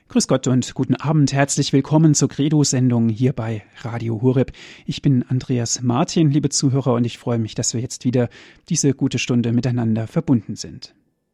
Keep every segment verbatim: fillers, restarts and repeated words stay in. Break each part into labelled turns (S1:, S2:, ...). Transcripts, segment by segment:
S1: Grüß Gott und guten Abend. Herzlich willkommen zur Credo-Sendung hier bei Radio Horeb. Ich bin Andreas Martin, liebe Zuhörer, und ich freue mich, dass wir jetzt wieder diese gute Stunde miteinander verbunden sind.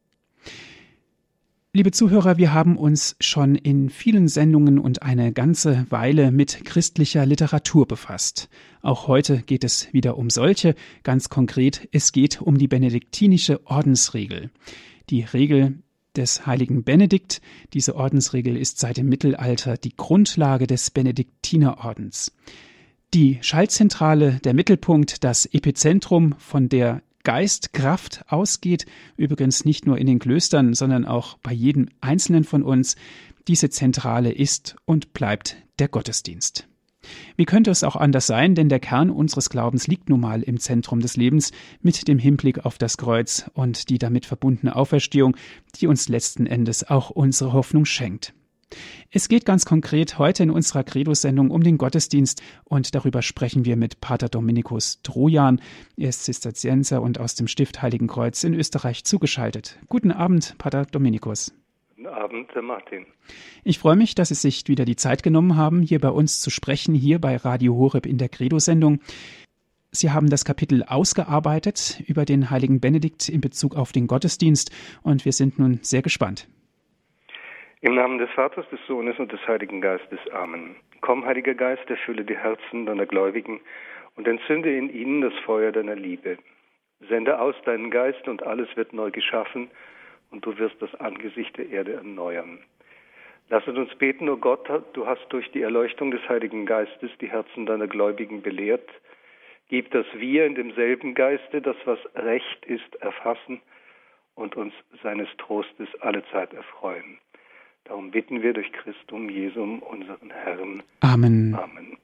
S1: Liebe Zuhörer, wir haben uns schon in vielen Sendungen und eine ganze Weile mit christlicher Literatur befasst. Auch heute geht es wieder um solche. Ganz konkret, es geht um die benediktinische Ordensregel. Die Regel des heiligen Benedikt. Diese Ordensregel ist seit dem Mittelalter die Grundlage des Benediktinerordens. Die Schaltzentrale, der Mittelpunkt, das Epizentrum, von der Geistkraft ausgeht, übrigens nicht nur in den Klöstern, sondern auch bei jedem Einzelnen von uns. Diese Zentrale ist und bleibt der Gottesdienst. Wie könnte es auch anders sein, denn der Kern unseres Glaubens liegt nun mal im Zentrum des Lebens mit dem Hinblick auf das Kreuz und die damit verbundene Auferstehung, die uns letzten Endes auch unsere Hoffnung schenkt. Es geht ganz konkret heute in unserer Credo-Sendung um den Gottesdienst und darüber sprechen wir mit Pater Dominikus Trojan. Er ist Zisterzienser und aus dem Stift Heiligenkreuz in Österreich zugeschaltet. Guten Abend, Pater Dominikus.
S2: Guten Abend, Herr Martin.
S1: Ich freue mich, dass Sie sich wieder die Zeit genommen haben, hier bei uns zu sprechen, hier bei Radio Horeb in der Credo-Sendung. Sie haben das Kapitel ausgearbeitet über den heiligen Benedikt in Bezug auf den Gottesdienst und wir sind nun sehr gespannt.
S2: Im Namen des Vaters, des Sohnes und des Heiligen Geistes. Amen. Komm, Heiliger Geist, erfülle die Herzen deiner Gläubigen und entzünde in ihnen das Feuer deiner Liebe. Sende aus deinen Geist und alles wird neu geschaffen und du wirst das Angesicht der Erde erneuern. Lasset uns beten, o Gott, du hast durch die Erleuchtung des Heiligen Geistes die Herzen deiner Gläubigen belehrt. Gib, dass wir in demselben Geiste das, was recht ist, erfassen und uns seines Trostes allezeit erfreuen. Darum bitten wir durch Christum Jesum, unseren Herrn.
S1: Amen.
S2: Amen.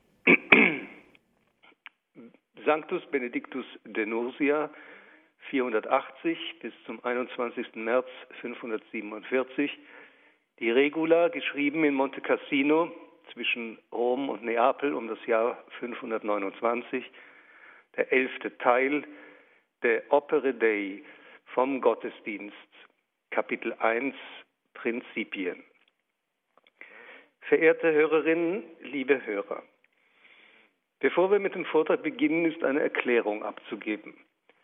S2: Sanctus Benedictus de Nursia, vierhundertachtzig bis zum einundzwanzigsten März fünfhundertsiebenundvierzig. Die Regula, geschrieben in Monte Cassino zwischen Rom und Neapel um das Jahr fünfhundertneunundzwanzig. Der elfte Teil der Opere Dei vom Gottesdienst, Kapitel eins, Prinzipien. Verehrte Hörerinnen, liebe Hörer, bevor wir mit dem Vortrag beginnen, ist eine Erklärung abzugeben.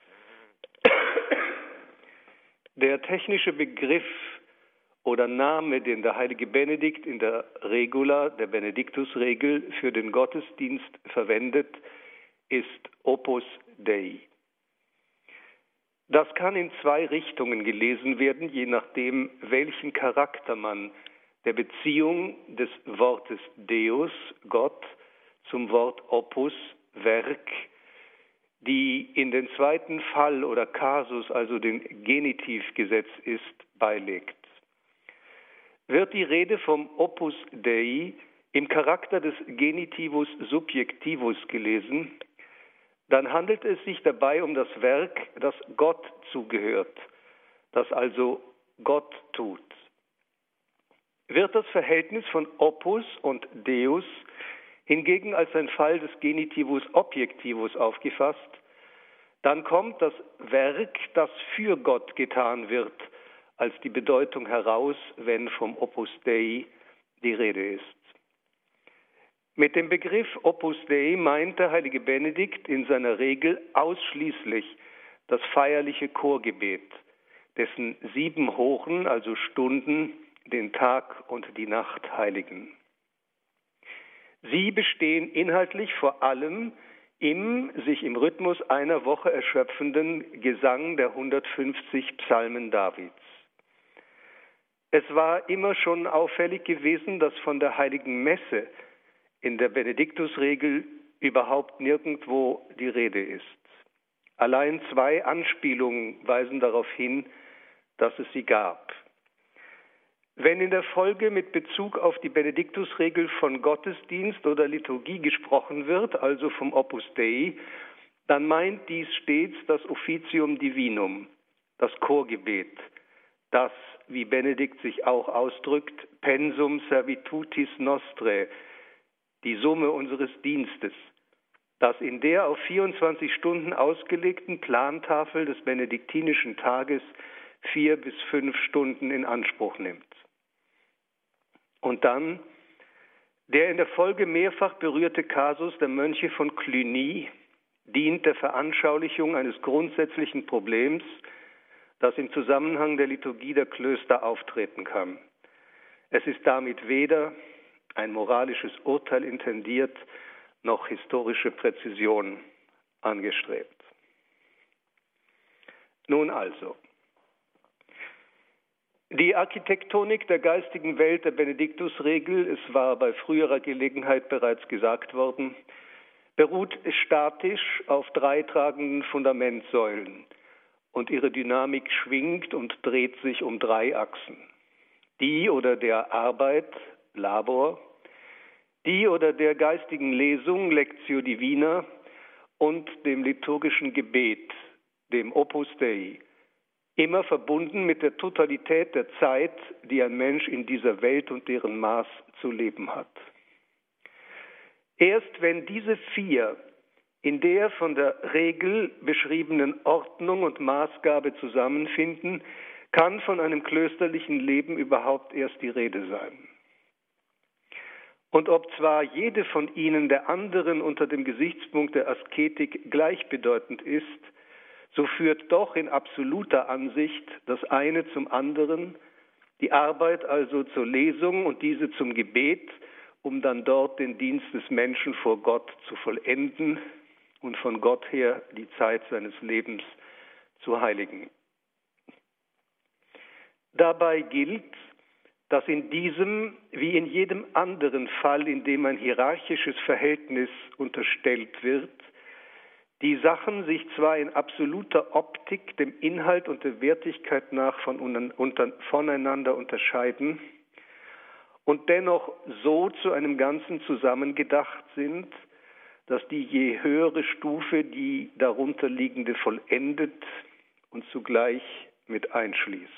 S2: Der technische Begriff oder Name, den der heilige Benedikt in der Regula, der Benediktusregel, für den Gottesdienst verwendet, ist Opus Dei. Das kann in zwei Richtungen gelesen werden, je nachdem, welchen Charakter man der Beziehung des Wortes Deus, Gott, zum Wort Opus, Werk, die in den zweiten Fall oder Kasus, also den Genitiv gesetzt ist, beilegt. Wird die Rede vom Opus Dei im Charakter des Genitivus Subjectivus gelesen, dann handelt es sich dabei um das Werk, das Gott zugehört, das also Gott tut. Wird das Verhältnis von Opus und Deus hingegen als ein Fall des Genitivus Objectivus aufgefasst, dann kommt das Werk, das für Gott getan wird, als die Bedeutung heraus, wenn vom Opus Dei die Rede ist. Mit dem Begriff Opus Dei meint der heilige Benedikt in seiner Regel ausschließlich das feierliche Chorgebet, dessen sieben Hochen, also Stunden, den Tag und die Nacht heiligen. Sie bestehen inhaltlich vor allem im sich im Rhythmus einer Woche erschöpfenden Gesang der hundertfünfzig Psalmen Davids. Es war immer schon auffällig gewesen, dass von der heiligen Messe in der Benediktusregel überhaupt nirgendwo die Rede ist. Allein zwei Anspielungen weisen darauf hin, dass es sie gab. Wenn in der Folge mit Bezug auf die Benediktusregel von Gottesdienst oder Liturgie gesprochen wird, also vom Opus Dei, dann meint dies stets das Officium Divinum, das Chorgebet, das, wie Benedikt sich auch ausdrückt, Pensum Servitutis Nostrae, die Summe unseres Dienstes, das in der auf vierundzwanzig Stunden ausgelegten Plantafel des benediktinischen Tages vier bis fünf Stunden in Anspruch nimmt. Und dann der in der Folge mehrfach berührte Kasus der Mönche von Cluny dient der Veranschaulichung eines grundsätzlichen Problems, das im Zusammenhang der Liturgie der Klöster auftreten kann. Es ist damit weder ein moralisches Urteil intendiert, noch historische Präzision angestrebt. Nun also, die Architektonik der geistigen Welt der Benediktusregel, es war bei früherer Gelegenheit bereits gesagt worden, beruht statisch auf drei tragenden Fundamentsäulen und ihre Dynamik schwingt und dreht sich um drei Achsen. Die oder der Arbeit, Labor, die oder der geistigen Lesung, Lectio Divina, und dem liturgischen Gebet, dem Opus Dei, immer verbunden mit der Totalität der Zeit, die ein Mensch in dieser Welt und deren Maß zu leben hat. Erst wenn diese vier in der von der Regel beschriebenen Ordnung und Maßgabe zusammenfinden, kann von einem klösterlichen Leben überhaupt erst die Rede sein. Und ob zwar jede von ihnen der anderen unter dem Gesichtspunkt der Asketik gleichbedeutend ist, so führt doch in absoluter Ansicht das eine zum anderen, die Arbeit also zur Lesung und diese zum Gebet, um dann dort den Dienst des Menschen vor Gott zu vollenden und von Gott her die Zeit seines Lebens zu heiligen. Dabei gilt, dass in diesem wie in jedem anderen Fall, in dem ein hierarchisches Verhältnis unterstellt wird, die Sachen sich zwar in absoluter Optik dem Inhalt und der Wertigkeit nach von unter, voneinander unterscheiden und dennoch so zu einem Ganzen zusammengedacht sind, dass die je höhere Stufe die darunter liegende vollendet und zugleich mit einschließt.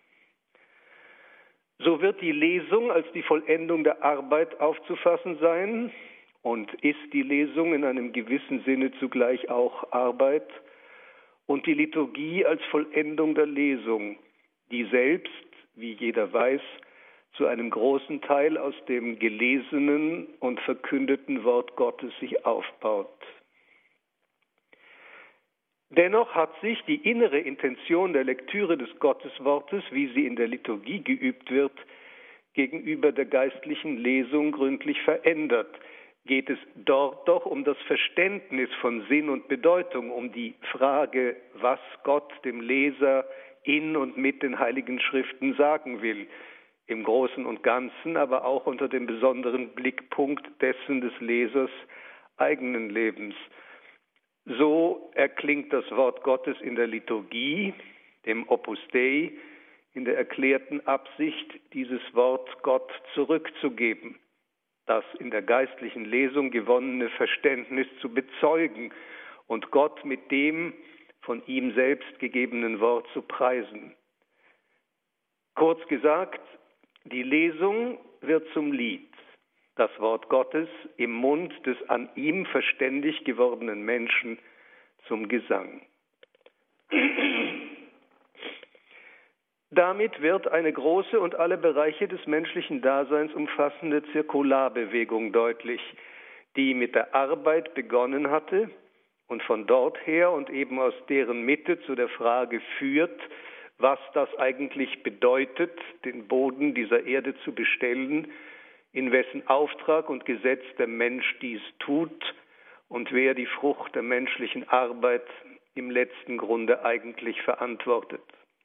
S2: So wird die Lesung als die Vollendung der Arbeit aufzufassen sein und ist die Lesung in einem gewissen Sinne zugleich auch Arbeit und die Liturgie als Vollendung der Lesung, die selbst, wie jeder weiß, zu einem großen Teil aus dem gelesenen und verkündeten Wort Gottes sich aufbaut. Dennoch hat sich die innere Intention der Lektüre des Gotteswortes, wie sie in der Liturgie geübt wird, gegenüber der geistlichen Lesung gründlich verändert. Geht es dort doch um das Verständnis von Sinn und Bedeutung, um die Frage, was Gott dem Leser in und mit den Heiligen Schriften sagen will, im Großen und Ganzen, aber auch unter dem besonderen Blickpunkt dessen des Lesers eigenen Lebens. So erklingt das Wort Gottes in der Liturgie, dem Opus Dei, in der erklärten Absicht, dieses Wort Gott zurückzugeben, das in der geistlichen Lesung gewonnene Verständnis zu bezeugen und Gott mit dem von ihm selbst gegebenen Wort zu preisen. Kurz gesagt, die Lesung wird zum Lied, das Wort Gottes im Mund des an ihm verständig gewordenen Menschen zum Gesang. Damit wird eine große und alle Bereiche des menschlichen Daseins umfassende Zirkularbewegung deutlich, die mit der Arbeit begonnen hatte und von dort her und eben aus deren Mitte zu der Frage führt, was das eigentlich bedeutet, den Boden dieser Erde zu bestellen, in wessen Auftrag und Gesetz der Mensch dies tut und wer die Frucht der menschlichen Arbeit im letzten Grunde eigentlich verantwortet.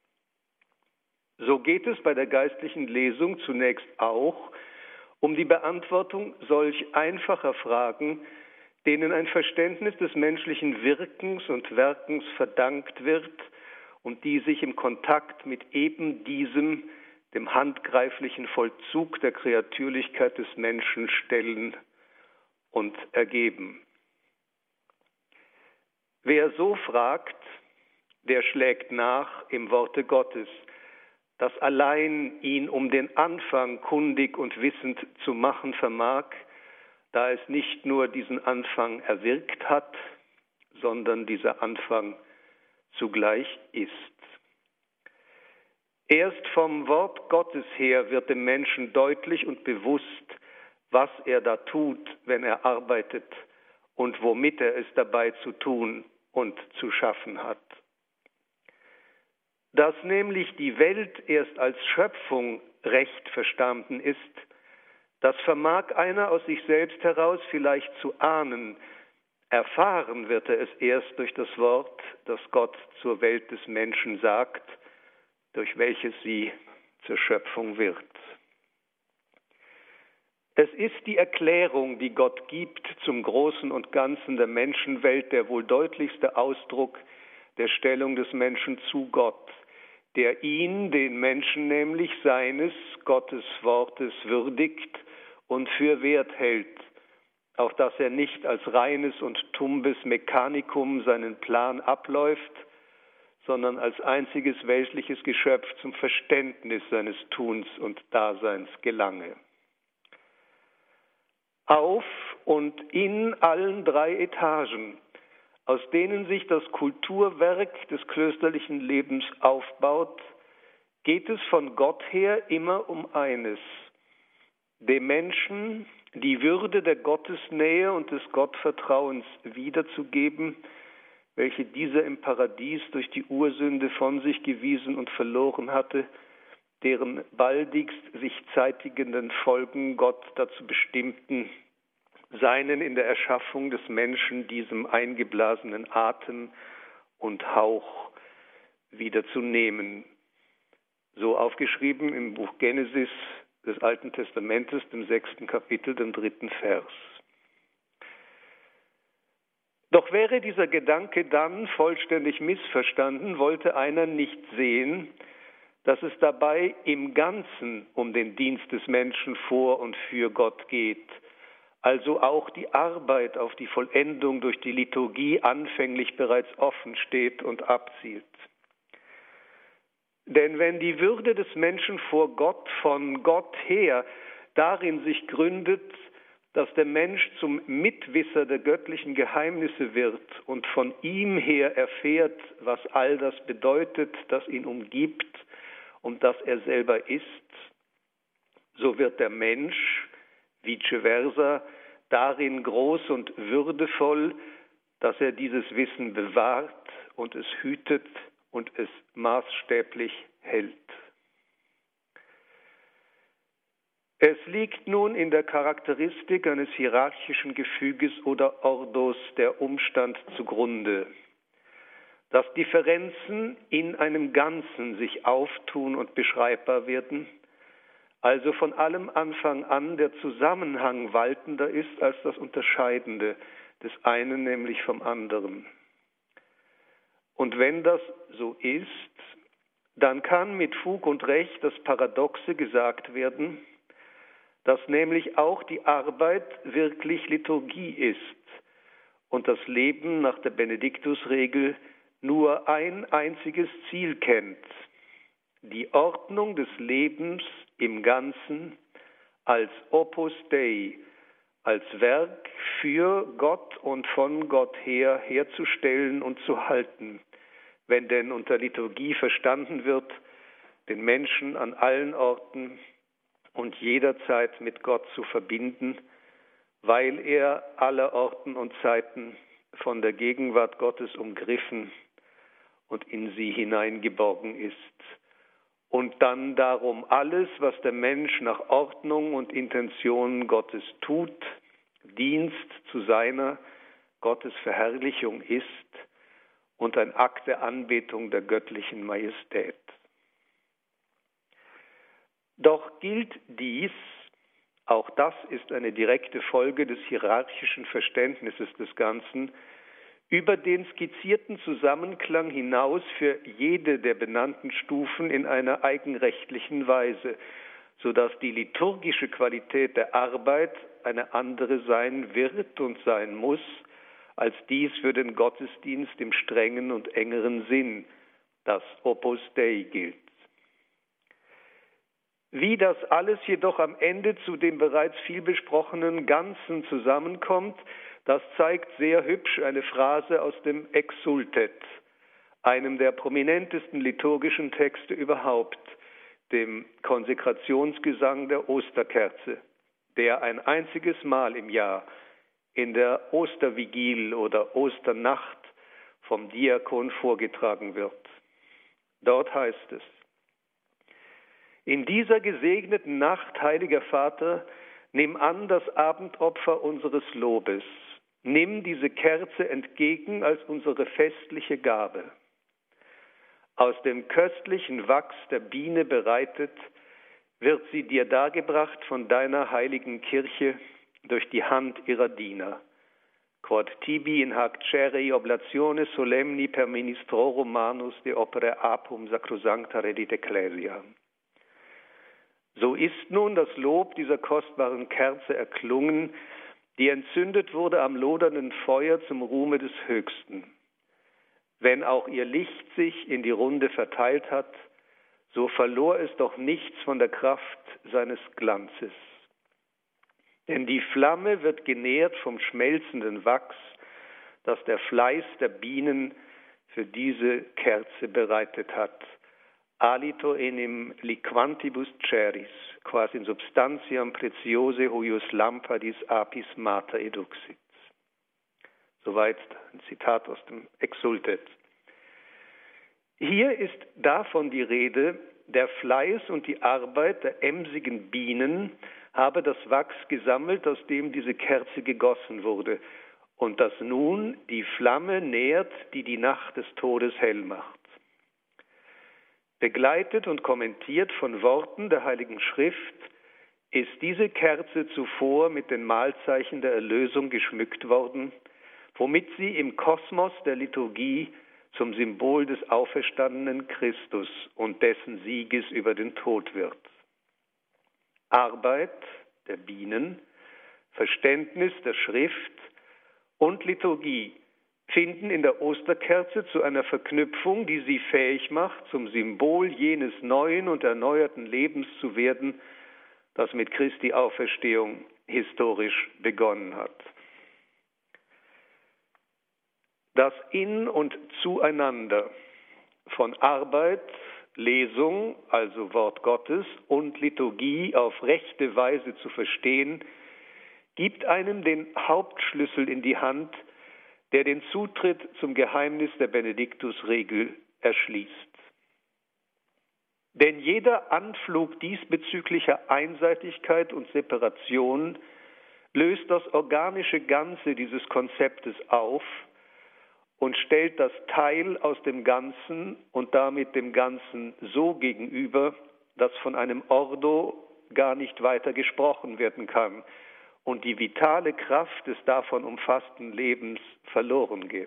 S2: So geht es bei der geistlichen Lesung zunächst auch um die Beantwortung solch einfacher Fragen, denen ein Verständnis des menschlichen Wirkens und Werkens verdankt wird und die sich im Kontakt mit eben diesem, dem handgreiflichen Vollzug der Kreatürlichkeit des Menschen stellen und ergeben. Wer so fragt, der schlägt nach im Worte Gottes, das allein ihn um den Anfang kundig und wissend zu machen vermag, da es nicht nur diesen Anfang erwirkt hat, sondern dieser Anfang zugleich ist. Erst vom Wort Gottes her wird dem Menschen deutlich und bewusst, was er da tut, wenn er arbeitet und womit er es dabei zu tun und zu schaffen hat. Dass nämlich die Welt erst als Schöpfung recht verstanden ist, das vermag einer aus sich selbst heraus vielleicht zu ahnen. Erfahren wird er es erst durch das Wort, das Gott zur Welt des Menschen sagt, durch welches sie zur Schöpfung wird. Es ist die Erklärung, die Gott gibt zum Großen und Ganzen der Menschenwelt, der wohl deutlichste Ausdruck der Stellung des Menschen zu Gott, der ihn, den Menschen nämlich, seines, Gottes Wortes würdigt und für wert hält, auch dass er nicht als reines und tumbes Mechanikum seinen Plan abläuft, sondern als einziges weltliches Geschöpf zum Verständnis seines Tuns und Daseins gelange. Auf und in allen drei Etagen, aus denen sich das Kulturwerk des klösterlichen Lebens aufbaut, geht es von Gott her immer um eines: dem Menschen die Würde der Gottesnähe und des Gottvertrauens wiederzugeben, welche dieser im Paradies durch die Ursünde von sich gewiesen und verloren hatte, deren baldigst sich zeitigenden Folgen Gott dazu bestimmten, seinen in der Erschaffung des Menschen diesem eingeblasenen Atem und Hauch wiederzunehmen. So aufgeschrieben im Buch Genesis des Alten Testamentes, dem sechsten Kapitel, dem dritten Vers. Doch wäre dieser Gedanke dann vollständig missverstanden, wollte einer nicht sehen, dass es dabei im Ganzen um den Dienst des Menschen vor und für Gott geht, also auch die Arbeit auf die Vollendung durch die Liturgie anfänglich bereits offen steht und abzielt. Denn wenn die Würde des Menschen vor Gott von Gott her darin sich gründet, dass der Mensch zum Mitwisser der göttlichen Geheimnisse wird und von ihm her erfährt, was all das bedeutet, das ihn umgibt und das er selber ist, so wird der Mensch, vice versa, darin groß und würdevoll, dass er dieses Wissen bewahrt und es hütet und es maßstäblich hält. Es liegt nun in der Charakteristik eines hierarchischen Gefüges oder Ordos der Umstand zugrunde, dass Differenzen in einem Ganzen sich auftun und beschreibbar werden, also von allem Anfang an der Zusammenhang waltender ist als das Unterscheidende des einen nämlich vom anderen. Und wenn das so ist, dann kann mit Fug und Recht das Paradoxe gesagt werden, dass nämlich auch die Arbeit wirklich Liturgie ist und das Leben nach der Benediktusregel nur ein einziges Ziel kennt: die Ordnung des Lebens im Ganzen als Opus Dei, als Werk für Gott und von Gott her herzustellen und zu halten, wenn denn unter Liturgie verstanden wird, den Menschen an allen Orten und jederzeit mit Gott zu verbinden, weil er aller Orten und Zeiten von der Gegenwart Gottes umgriffen und in sie hineingeborgen ist. Und dann darum alles, was der Mensch nach Ordnung und Intention Gottes tut, Dienst zu seiner Gottes Verherrlichung ist und ein Akt der Anbetung der göttlichen Majestät. Doch gilt dies, auch das ist eine direkte Folge des hierarchischen Verständnisses des Ganzen, über den skizzierten Zusammenklang hinaus für jede der benannten Stufen in einer eigenrechtlichen Weise, sodass die liturgische Qualität der Arbeit eine andere sein wird und sein muss, als dies für den Gottesdienst im strengen und engeren Sinn, das Opus Dei, gilt. Wie das alles jedoch am Ende zu dem bereits viel besprochenen Ganzen zusammenkommt, das zeigt sehr hübsch eine Phrase aus dem Exsultet, einem der prominentesten liturgischen Texte überhaupt, dem Konsekrationsgesang der Osterkerze, der ein einziges Mal im Jahr in der Ostervigil oder Osternacht vom Diakon vorgetragen wird. Dort heißt es: In dieser gesegneten Nacht, heiliger Vater, nimm an das Abendopfer unseres Lobes. Nimm diese Kerze entgegen als unsere festliche Gabe. Aus dem köstlichen Wachs der Biene bereitet, wird sie dir dargebracht von deiner heiligen Kirche durch die Hand ihrer Diener. Quod tibi in hac cere oblatione solemni per ministrorum manus de opere apum sacrosancta redit ecclesia. So ist nun das Lob dieser kostbaren Kerze erklungen, die entzündet wurde am lodernden Feuer zum Ruhme des Höchsten. Wenn auch ihr Licht sich in die Runde verteilt hat, so verlor es doch nichts von der Kraft seines Glanzes. Denn die Flamme wird genährt vom schmelzenden Wachs, das der Fleiß der Bienen für diese Kerze bereitet hat. Alito enim liquantibus ceris, quas in substantiam preciose huius lampadis apis mater eduxit. Soweit ein Zitat aus dem Exsultet. Hier ist davon die Rede, der Fleiß und die Arbeit der emsigen Bienen habe das Wachs gesammelt, aus dem diese Kerze gegossen wurde, und das nun die Flamme nährt, die die Nacht des Todes hell macht. Begleitet und kommentiert von Worten der Heiligen Schrift ist diese Kerze zuvor mit den Mahlzeichen der Erlösung geschmückt worden, womit sie im Kosmos der Liturgie zum Symbol des auferstandenen Christus und dessen Sieges über den Tod wird. Arbeit der Bienen, Verständnis der Schrift und Liturgie finden in der Osterkerze zu einer Verknüpfung, die sie fähig macht, zum Symbol jenes neuen und erneuerten Lebens zu werden, das mit Christi Auferstehung historisch begonnen hat. Das In- und Zueinander von Arbeit, Lesung, also Wort Gottes, und Liturgie auf rechte Weise zu verstehen, gibt einem den Hauptschlüssel in die Hand, der den Zutritt zum Geheimnis der Benediktusregel erschließt. Denn jeder Anflug diesbezüglicher Einseitigkeit und Separation löst das organische Ganze dieses Konzeptes auf und stellt das Teil aus dem Ganzen und damit dem Ganzen so gegenüber, dass von einem Ordo gar nicht weiter gesprochen werden kann und die vitale Kraft des davon umfassten Lebens verloren geht.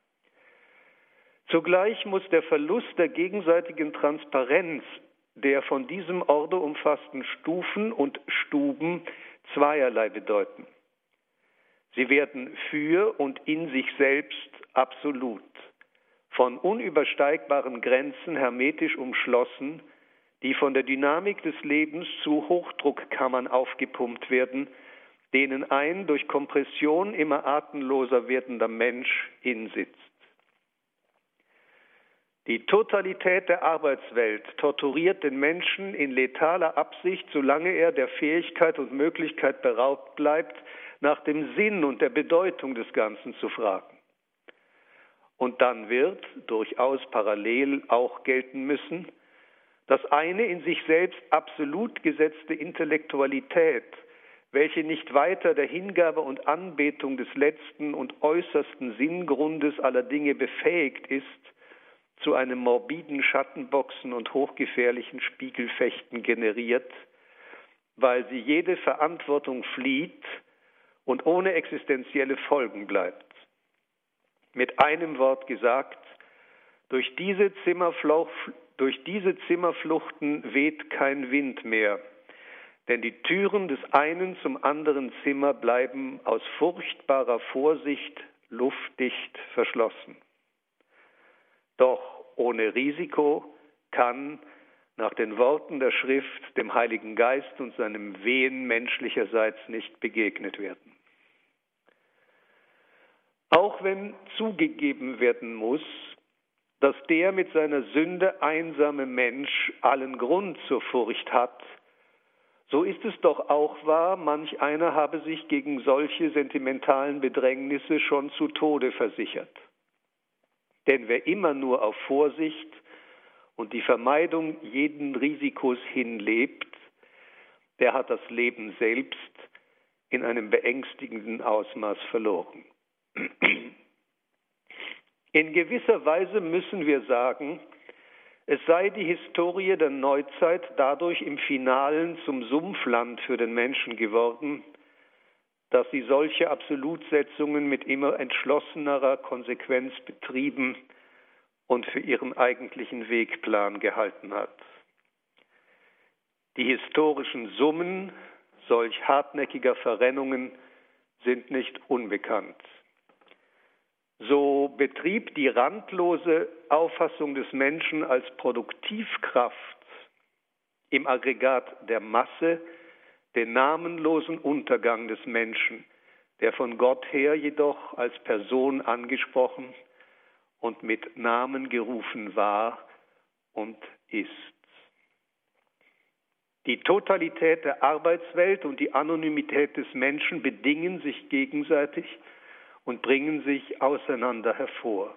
S2: Zugleich muss der Verlust der gegenseitigen Transparenz der von diesem Ordo umfassten Stufen und Stuben zweierlei bedeuten. Sie werden für und in sich selbst absolut, von unübersteigbaren Grenzen hermetisch umschlossen, die von der Dynamik des Lebens zu Hochdruckkammern aufgepumpt werden, denen ein durch Kompression immer atemloser werdender Mensch hinsitzt. Die Totalität der Arbeitswelt torturiert den Menschen in letaler Absicht, solange er der Fähigkeit und Möglichkeit beraubt bleibt, nach dem Sinn und der Bedeutung des Ganzen zu fragen. Und dann wird, durchaus parallel auch gelten müssen, das eine in sich selbst absolut gesetzte Intellektualität, welche nicht weiter der Hingabe und Anbetung des letzten und äußersten Sinngrundes aller Dinge befähigt ist, zu einem morbiden Schattenboxen und hochgefährlichen Spiegelfechten generiert, weil sie jede Verantwortung flieht und ohne existenzielle Folgen bleibt. Mit einem Wort gesagt, durch diese Zimmerfluch, durch diese Zimmerfluchten weht kein Wind mehr, denn die Türen des einen zum anderen Zimmer bleiben aus furchtbarer Vorsicht luftdicht verschlossen. Doch ohne Risiko kann nach den Worten der Schrift dem Heiligen Geist und seinem Wehen menschlicherseits nicht begegnet werden. Auch wenn zugegeben werden muss, dass der mit seiner Sünde einsame Mensch allen Grund zur Furcht hat, so ist es doch auch wahr, manch einer habe sich gegen solche sentimentalen Bedrängnisse schon zu Tode versichert. Denn wer immer nur auf Vorsicht und die Vermeidung jeden Risikos hinlebt, der hat das Leben selbst in einem beängstigenden Ausmaß verloren. In gewisser Weise müssen wir sagen, es sei die Historie der Neuzeit dadurch im Finalen zum Sumpfland für den Menschen geworden, dass sie solche Absolutsetzungen mit immer entschlossenerer Konsequenz betrieben und für ihren eigentlichen Wegplan gehalten hat. Die historischen Summen solch hartnäckiger Verrennungen sind nicht unbekannt. So betrieb die randlose Auffassung des Menschen als Produktivkraft im Aggregat der Masse den namenlosen Untergang des Menschen, der von Gott her jedoch als Person angesprochen und mit Namen gerufen war und ist. Die Totalität der Arbeitswelt und die Anonymität des Menschen bedingen sich gegenseitig und bringen sich auseinander hervor.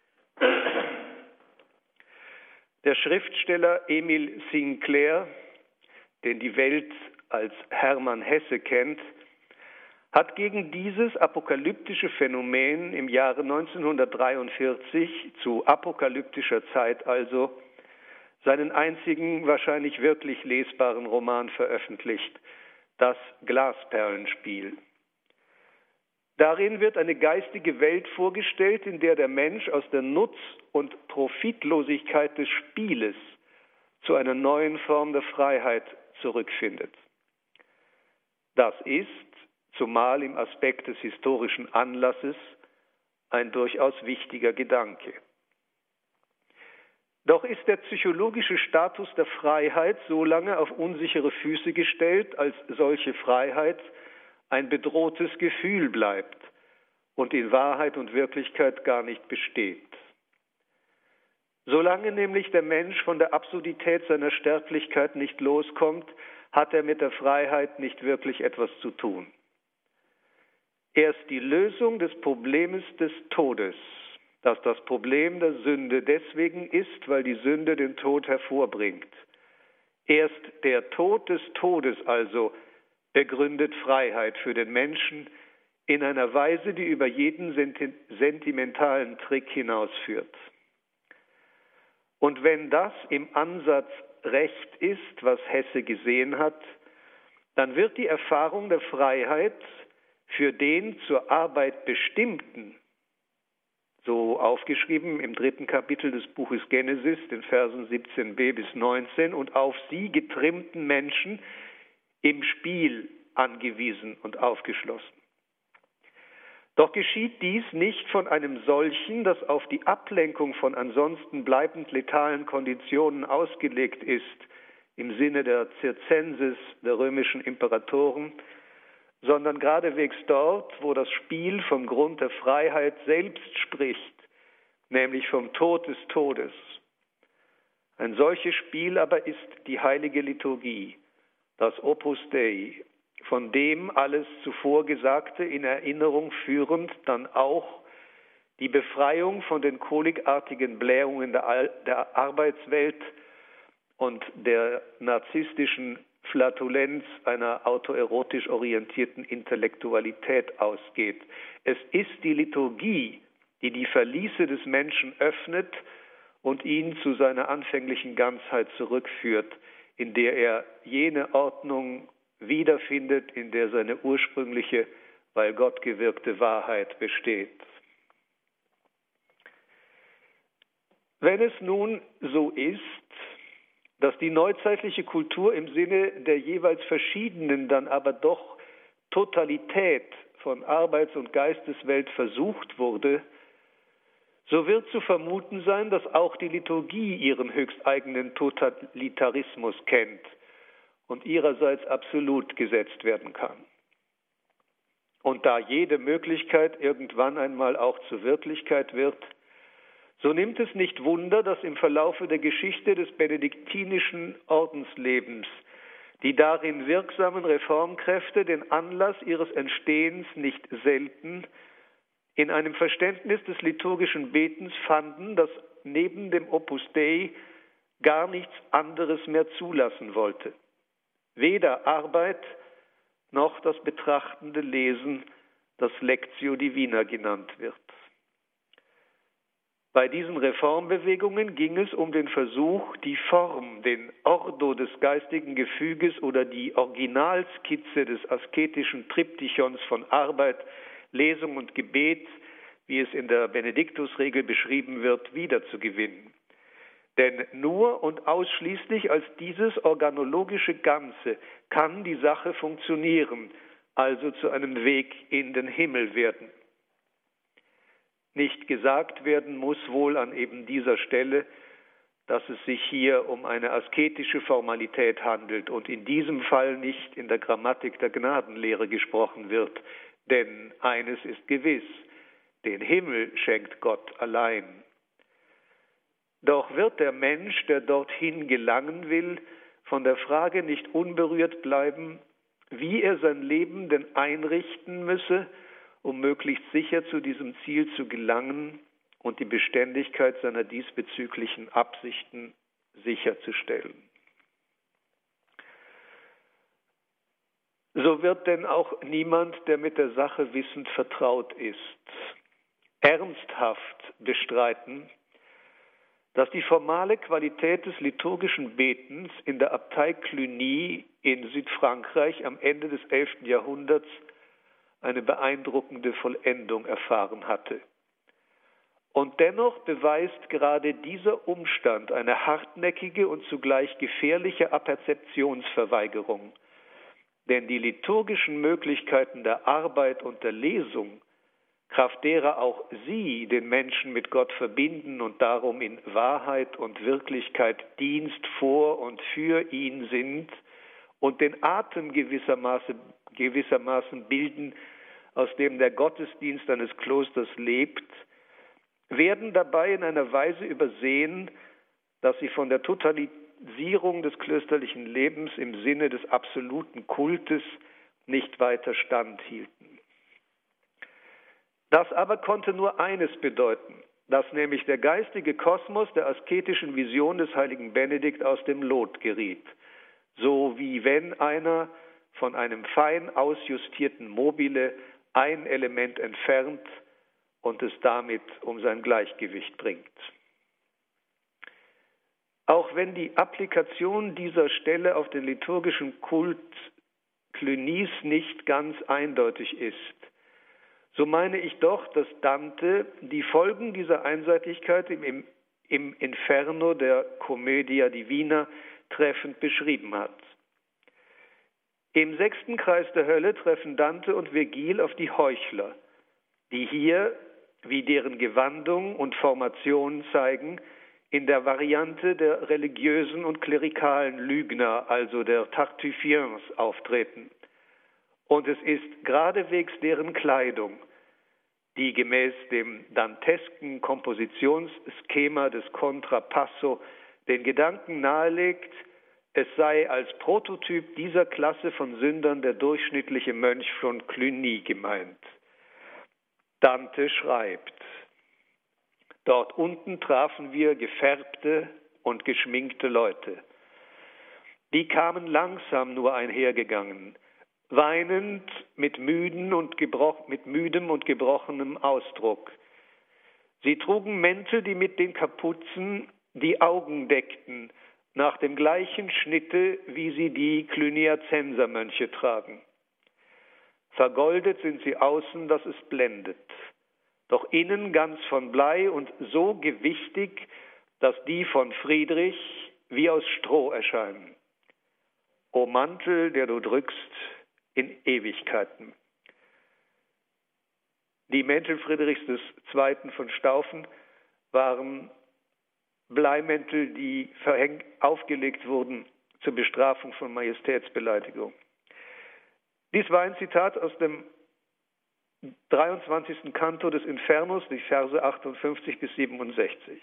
S2: Der Schriftsteller Emil Sinclair, den die Welt als Hermann Hesse kennt, hat gegen dieses apokalyptische Phänomen im Jahre neunzehnhundertdreiundvierzig, zu apokalyptischer Zeit also, seinen einzigen wahrscheinlich wirklich lesbaren Roman veröffentlicht, das Glasperlenspiel. Darin wird eine geistige Welt vorgestellt, in der der Mensch aus der Nutz- und Profitlosigkeit des Spieles zu einer neuen Form der Freiheit zurückfindet. Das ist, zumal im Aspekt des historischen Anlasses, ein durchaus wichtiger Gedanke. Doch ist der psychologische Status der Freiheit so lange auf unsichere Füße gestellt, als solche Freiheit ein bedrohtes Gefühl bleibt und in Wahrheit und Wirklichkeit gar nicht besteht. Solange nämlich der Mensch von der Absurdität seiner Sterblichkeit nicht loskommt, hat er mit der Freiheit nicht wirklich etwas zu tun. Erst die Lösung des Problems des Todes, das das Problem der Sünde deswegen ist, weil die Sünde den Tod hervorbringt. Erst der Tod des Todes also begründet Freiheit für den Menschen in einer Weise, die über jeden sentimentalen Trick hinausführt. Und wenn das im Ansatz recht ist, was Hesse gesehen hat, dann wird die Erfahrung der Freiheit für den zur Arbeit Bestimmten, so aufgeschrieben im dritten Kapitel des Buches Genesis, den Versen siebzehn b bis neunzehn, und auf sie getrimmten Menschen im Spiel angewiesen und aufgeschlossen. Doch geschieht dies nicht von einem solchen, das auf die Ablenkung von ansonsten bleibend letalen Konditionen ausgelegt ist, im Sinne der Circenses der römischen Imperatoren, sondern geradewegs dort, wo das Spiel vom Grund der Freiheit selbst spricht, nämlich vom Tod des Todes. Ein solches Spiel aber ist die heilige Liturgie, das Opus Dei, von dem alles zuvor Gesagte in Erinnerung führend dann auch die Befreiung von den kolikartigen Blähungen der, Al- der Arbeitswelt und der narzisstischen Flatulenz einer autoerotisch orientierten Intellektualität ausgeht. Es ist die Liturgie, die die Verliese des Menschen öffnet und ihn zu seiner anfänglichen Ganzheit zurückführt, in der er jene Ordnung wiederfindet, in der seine ursprüngliche, weil Gott gewirkte Wahrheit besteht. Wenn es nun so ist, dass die neuzeitliche Kultur im Sinne der jeweils verschiedenen, dann aber doch Totalität von Arbeits- und Geisteswelt versucht wurde, so wird zu vermuten sein, dass auch die Liturgie ihren höchsteigenen Totalitarismus kennt und ihrerseits absolut gesetzt werden kann. Und da jede Möglichkeit irgendwann einmal auch zur Wirklichkeit wird, So nimmt es nicht Wunder, dass im Verlaufe der Geschichte des benediktinischen Ordenslebens die darin wirksamen Reformkräfte den Anlass ihres Entstehens nicht selten in einem Verständnis des liturgischen Betens fanden, das neben dem Opus Dei gar nichts anderes mehr zulassen wollte. Weder Arbeit noch das betrachtende Lesen, das Lectio Divina genannt wird. Bei diesen Reformbewegungen ging es um den Versuch, die Form, den Ordo des geistigen Gefüges oder die Originalskizze des asketischen Triptychons von Arbeit, Lesung und Gebet, wie es in der Benediktusregel beschrieben wird, wiederzugewinnen. Denn nur und ausschließlich als dieses organologische Ganze kann die Sache funktionieren, also zu einem Weg in den Himmel werden. Nicht gesagt werden muss wohl an eben dieser Stelle, dass es sich hier um eine asketische Formalität handelt und in diesem Fall nicht in der Grammatik der Gnadenlehre gesprochen wird. Denn eines ist gewiss, den Himmel schenkt Gott allein. Doch wird der Mensch, der dorthin gelangen will, von der Frage nicht unberührt bleiben, wie er sein Leben denn einrichten müsse, um möglichst sicher zu diesem Ziel zu gelangen und die Beständigkeit seiner diesbezüglichen Absichten sicherzustellen. So wird denn auch niemand, der mit der Sache wissend vertraut ist, ernsthaft bestreiten, dass die formale Qualität des liturgischen Betens in der Abtei Cluny in Südfrankreich am Ende des elften Jahrhunderts eine beeindruckende Vollendung erfahren hatte. Und dennoch beweist gerade dieser Umstand eine hartnäckige und zugleich gefährliche Aperzeptionsverweigerung. Denn die liturgischen Möglichkeiten der Arbeit und der Lesung, kraft derer auch sie den Menschen mit Gott verbinden und darum in Wahrheit und Wirklichkeit Dienst vor und für ihn sind und den Atem gewissermaßen, gewissermaßen bilden, aus dem der Gottesdienst eines Klosters lebt, werden dabei in einer Weise übersehen, dass sie von der Totalisierung des klösterlichen Lebens im Sinne des absoluten Kultes nicht weiter standhielten. Das aber konnte nur eines bedeuten, dass nämlich der geistige Kosmos der asketischen Vision des heiligen Benedikt aus dem Lot geriet, so wie wenn einer von einem fein ausjustierten Mobile ein Element entfernt und es damit um sein Gleichgewicht bringt. Auch wenn die Applikation dieser Stelle auf den liturgischen Kult Clunys nicht ganz eindeutig ist, so meine ich doch, dass Dante die Folgen dieser Einseitigkeit im, im, im Inferno der Commedia Divina treffend beschrieben hat. Im sechsten Kreis der Hölle treffen Dante und Vergil auf die Heuchler, die hier, wie deren Gewandung und Formation zeigen, in der Variante der religiösen und klerikalen Lügner, also der Tartuffiens, auftreten. Und es ist geradewegs deren Kleidung, die gemäß dem dantesken Kompositionsschema des Contrapasso den Gedanken nahelegt, es sei als Prototyp dieser Klasse von Sündern der durchschnittliche Mönch von Cluny gemeint. Dante schreibt: Dort unten trafen wir gefärbte und geschminkte Leute. Die kamen langsam nur einhergegangen, weinend mit, müden und gebroch, mit müdem und gebrochenem Ausdruck. Sie trugen Mäntel, die mit den Kapuzen die Augen deckten, nach dem gleichen Schnitte, wie sie die Cluniacensermönche tragen. Vergoldet sind sie außen, dass es blendet, doch innen ganz von Blei und so gewichtig, dass die von Friedrich wie aus Stroh erscheinen. O Mantel, der du drückst in Ewigkeiten. Die Mäntel Friedrichs des Zweiten von Staufen waren Bleimäntel, die verhängt, aufgelegt wurden zur Bestrafung von Majestätsbeleidigung. Dies war ein Zitat aus dem dreiundzwanzigsten Kanto des Infernus, die Verse achtundfünfzig bis siebenundsechzig.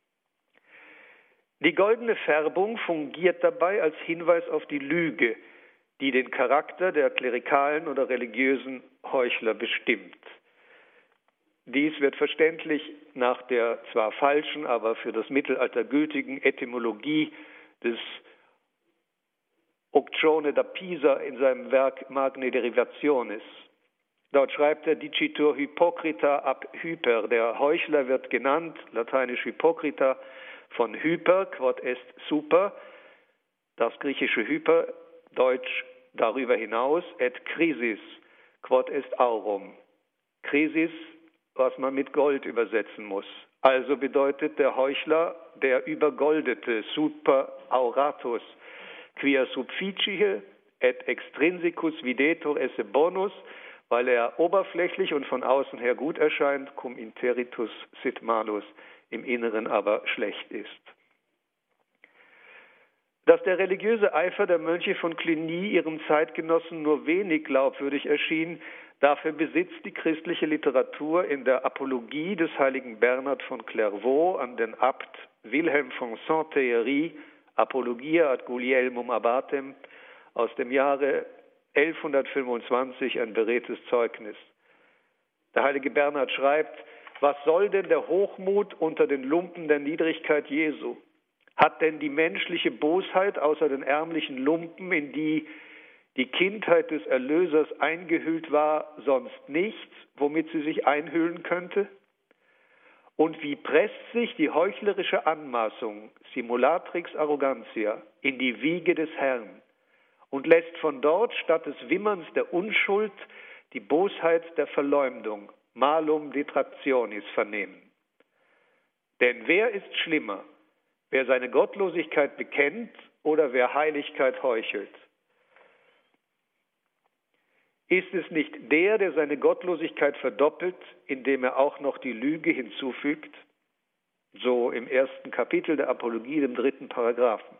S2: Die goldene Färbung fungiert dabei als Hinweis auf die Lüge, die den Charakter der klerikalen oder religiösen Heuchler bestimmt. Dies wird verständlich nach der zwar falschen, aber für das Mittelalter gültigen Etymologie des Occione da Pisa in seinem Werk Magnae Derivationis. Dort schreibt er Dicitur Hypocrita ab Hyper. Der Heuchler wird genannt, lateinisch Hypocrita, von Hyper, quod est super, das griechische Hyper, deutsch darüber hinaus, et Krisis, quod est aurum. Krisis, was man mit Gold übersetzen muss. Also bedeutet der Heuchler der Übergoldete, super auratus, quia subficie et extrinsicus videtur esse bonus, weil er oberflächlich und von außen her gut erscheint, cum interitus sit malus, im Inneren aber schlecht ist. Dass der religiöse Eifer der Mönche von Cluny ihren Zeitgenossen nur wenig glaubwürdig erschien, dafür besitzt die christliche Literatur in der Apologie des heiligen Bernhard von Clairvaux an den Abt Wilhelm von Saint-Thierry, Apologia ad Gulielmum Abbatem, aus dem Jahre elfhundertfünfundzwanzig ein beredtes Zeugnis. Der heilige Bernhard schreibt: Was soll denn der Hochmut unter den Lumpen der Niedrigkeit Jesu? Hat denn die menschliche Bosheit außer den ärmlichen Lumpen, in die die Kindheit des Erlösers eingehüllt war, sonst nichts, womit sie sich einhüllen könnte? Und wie presst sich die heuchlerische Anmaßung, simulatrix arrogantia, in die Wiege des Herrn und lässt von dort statt des Wimmerns der Unschuld die Bosheit der Verleumdung, malum detractionis, vernehmen. Denn wer ist schlimmer, wer seine Gottlosigkeit bekennt oder wer Heiligkeit heuchelt? Ist es nicht der, der seine Gottlosigkeit verdoppelt, indem er auch noch die Lüge hinzufügt? So im ersten Kapitel der Apologie, dem dritten Paragraphen.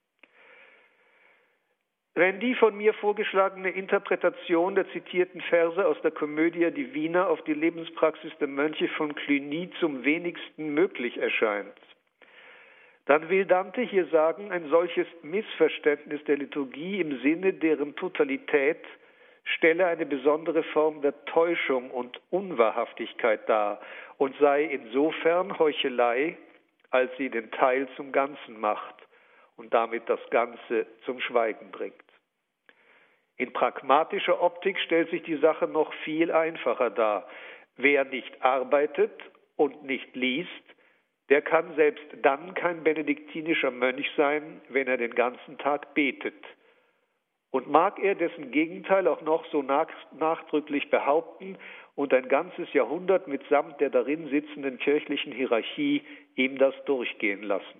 S2: Wenn die von mir vorgeschlagene Interpretation der zitierten Verse aus der Komödie Divina auf die Lebenspraxis der Mönche von Cluny zum wenigsten möglich erscheint, dann will Dante hier sagen, ein solches Missverständnis der Liturgie im Sinne deren Totalität stelle eine besondere Form der Täuschung und Unwahrhaftigkeit dar und sei insofern Heuchelei, als sie den Teil zum Ganzen macht und damit das Ganze zum Schweigen bringt. In pragmatischer Optik stellt sich die Sache noch viel einfacher dar. Wer nicht arbeitet und nicht liest, der kann selbst dann kein benediktinischer Mönch sein, wenn er den ganzen Tag betet. Und mag er dessen Gegenteil auch noch so nach, nachdrücklich behaupten und ein ganzes Jahrhundert mitsamt der darin sitzenden kirchlichen Hierarchie ihm das durchgehen lassen.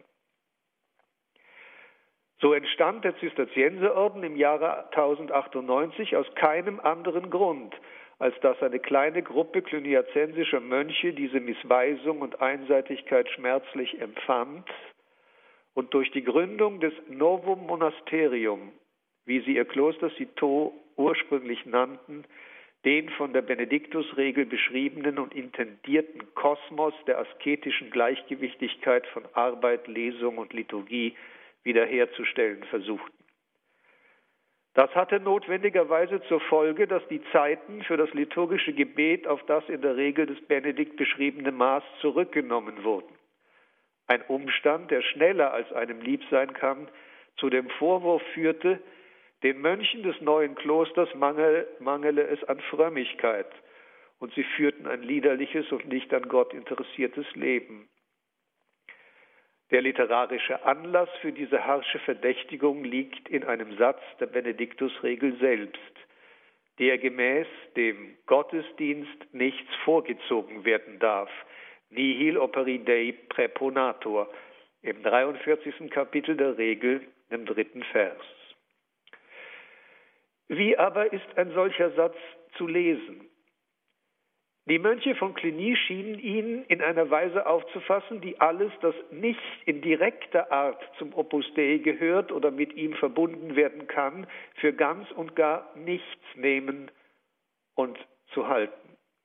S2: So entstand der Zisterzienserorden im Jahre tausendachthundertneunzig aus keinem anderen Grund, als dass eine kleine Gruppe cluniazensischer Mönche diese Missweisung und Einseitigkeit schmerzlich empfand und durch die Gründung des Novum Monasterium, wie sie ihr Kloster Citeaux ursprünglich nannten, den von der Benediktusregel beschriebenen und intendierten Kosmos der asketischen Gleichgewichtigkeit von Arbeit, Lesung und Liturgie wiederherzustellen versuchten. Das hatte notwendigerweise zur Folge, dass die Zeiten für das liturgische Gebet auf das in der Regel des Benedikt beschriebene Maß zurückgenommen wurden. Ein Umstand, der schneller als einem lieb sein kann, zu dem Vorwurf führte, den Mönchen des neuen Klosters mangel, mangele es an Frömmigkeit und sie führten ein liederliches und nicht an Gott interessiertes Leben. Der literarische Anlass für diese harsche Verdächtigung liegt in einem Satz der Benediktusregel selbst, der gemäß dem Gottesdienst nichts vorgezogen werden darf, nihil operi Dei preponatur, im dreiundvierzigsten Kapitel der Regel, im dritten Vers. Wie aber ist ein solcher Satz zu lesen? Die Mönche von Cluny schienen ihn in einer Weise aufzufassen, die alles, das nicht in direkter Art zum Opus Dei gehört oder mit ihm verbunden werden kann, für ganz und gar nichts nehmen und zu halten.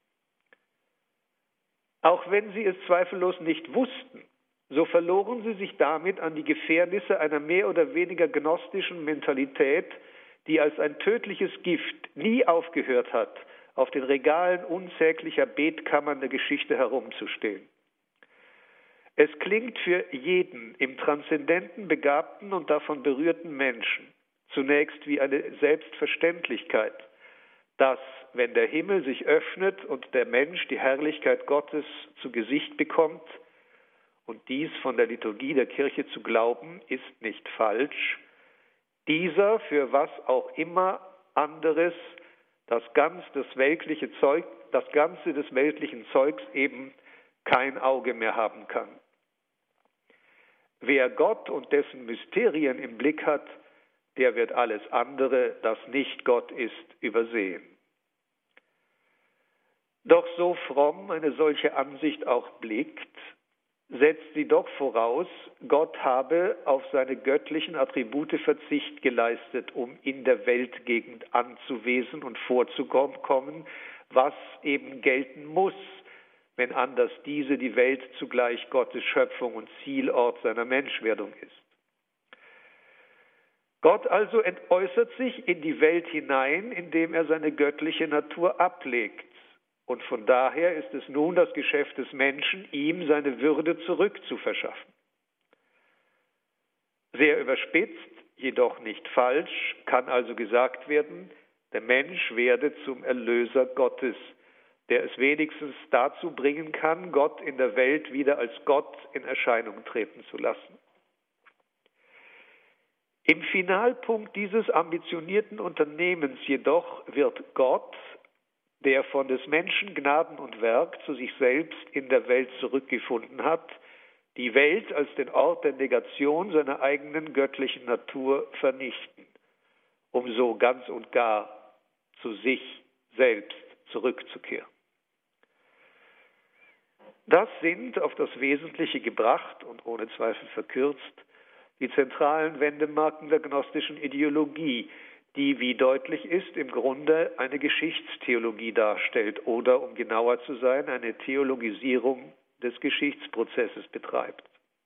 S2: Auch wenn sie es zweifellos nicht wussten, so verloren sie sich damit an die Gefährnisse einer mehr oder weniger gnostischen Mentalität, die als ein tödliches Gift nie aufgehört hat, auf den Regalen unzähliger Betkammern der Geschichte herumzustehen. Es klingt für jeden im transzendenten begabten und davon berührten Menschen zunächst wie eine Selbstverständlichkeit, dass, wenn der Himmel sich öffnet und der Mensch die Herrlichkeit Gottes zu Gesicht bekommt, und dies von der Liturgie der Kirche zu glauben, ist nicht falsch, dieser für was auch immer anderes das ganz das weltliche Zeug, das Ganze des weltlichen Zeugs eben kein Auge mehr haben kann. Wer Gott und dessen Mysterien im Blick hat, der wird alles andere, das nicht Gott ist, übersehen. Doch so fromm eine solche Ansicht auch blickt, setzt sie doch voraus, Gott habe auf seine göttlichen Attribute Verzicht geleistet, um in der Weltgegend anzuwesen und vorzukommen, was eben gelten muss, wenn anders diese die Welt zugleich Gottes Schöpfung und Zielort seiner Menschwerdung ist. Gott also entäußert sich in die Welt hinein, indem er seine göttliche Natur ablegt. Und von daher ist es nun das Geschäft des Menschen, ihm seine Würde zurückzuverschaffen. Sehr überspitzt, jedoch nicht falsch, kann also gesagt werden, der Mensch werde zum Erlöser Gottes, der es wenigstens dazu bringen kann, Gott in der Welt wieder als Gott in Erscheinung treten zu lassen. Im Finalpunkt dieses ambitionierten Unternehmens jedoch wird Gott, der von des Menschen Gnaden und Werk zu sich selbst in der Welt zurückgefunden hat, die Welt als den Ort der Negation seiner eigenen göttlichen Natur vernichten, um so ganz und gar zu sich selbst zurückzukehren. Das sind, auf das Wesentliche gebracht und ohne Zweifel verkürzt, die zentralen Wendemarken der gnostischen Ideologie, die, wie deutlich ist, im Grunde eine Geschichtstheologie darstellt oder, um genauer zu sein, eine Theologisierung des Geschichtsprozesses betreibt.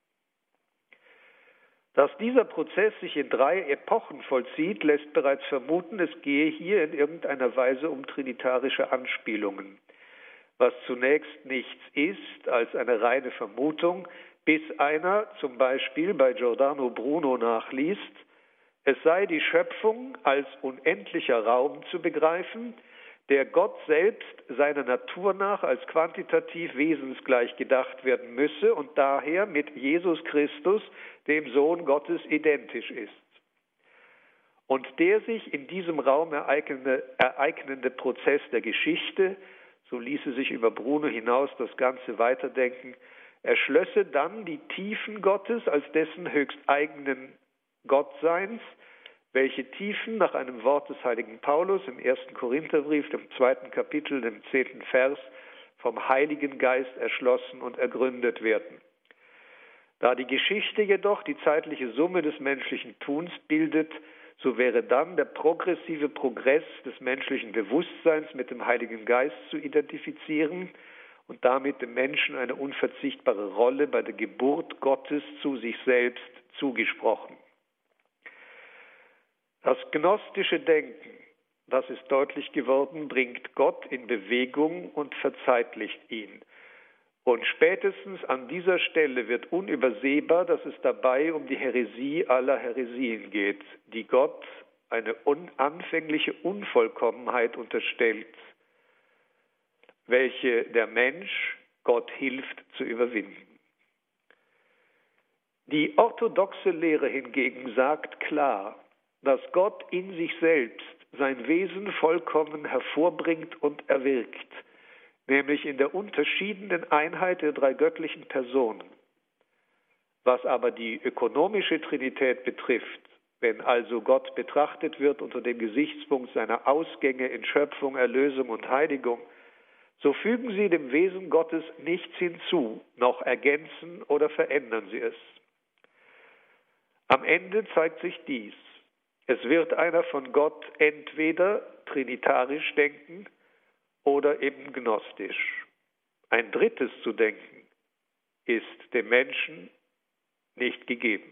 S2: Dass dieser Prozess sich in drei Epochen vollzieht, lässt bereits vermuten, es gehe hier in irgendeiner Weise um trinitarische Anspielungen, was zunächst nichts ist als eine reine Vermutung, bis einer zum Beispiel bei Giordano Bruno nachliest, es sei die Schöpfung als unendlicher Raum zu begreifen, der Gott selbst seiner Natur nach als quantitativ wesensgleich gedacht werden müsse und daher mit Jesus Christus, dem Sohn Gottes, identisch ist. Und der sich in diesem Raum ereignende, ereignende Prozess der Geschichte, so ließe sich über Bruno hinaus das Ganze weiterdenken, erschlösse dann die Tiefen Gottes als dessen höchst eigenen Gottseins, welche Tiefen nach einem Wort des heiligen Paulus im ersten Korintherbrief, dem zweiten Kapitel, dem zehnten Vers, vom Heiligen Geist erschlossen und ergründet werden. Da die Geschichte jedoch die zeitliche Summe des menschlichen Tuns bildet, so wäre dann der progressive Progress des menschlichen Bewusstseins mit dem Heiligen Geist zu identifizieren und damit dem Menschen eine unverzichtbare Rolle bei der Geburt Gottes zu sich selbst zugesprochen. Das gnostische Denken, das ist deutlich geworden, bringt Gott in Bewegung und verzeitlicht ihn. Und spätestens an dieser Stelle wird unübersehbar, dass es dabei um die Häresie aller Häresien geht, die Gott eine anfängliche Unvollkommenheit unterstellt, welche der Mensch Gott hilft zu überwinden. Die orthodoxe Lehre hingegen sagt klar, dass Gott in sich selbst sein Wesen vollkommen hervorbringt und erwirkt, nämlich in der unterschiedenen Einheit der drei göttlichen Personen. Was aber die ökonomische Trinität betrifft, wenn also Gott betrachtet wird unter dem Gesichtspunkt seiner Ausgänge in Schöpfung, Erlösung und Heiligung, so fügen sie dem Wesen Gottes nichts hinzu, noch ergänzen oder verändern sie es. Am Ende zeigt sich dies. Es wird einer von Gott entweder trinitarisch denken oder eben gnostisch. ein drittes zu denken, ist dem Menschen nicht gegeben.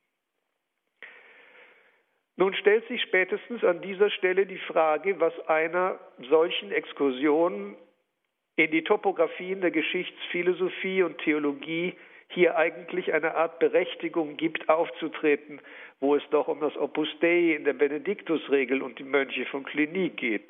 S2: Nun stellt sich spätestens an dieser Stelle die Frage, was einer solchen Exkursion in die Topographien der Geschichtsphilosophie und Theologie hier eigentlich eine Art Berechtigung gibt, aufzutreten, wo es doch um das Opus Dei in der Benediktusregel und die Mönche von Cluny geht.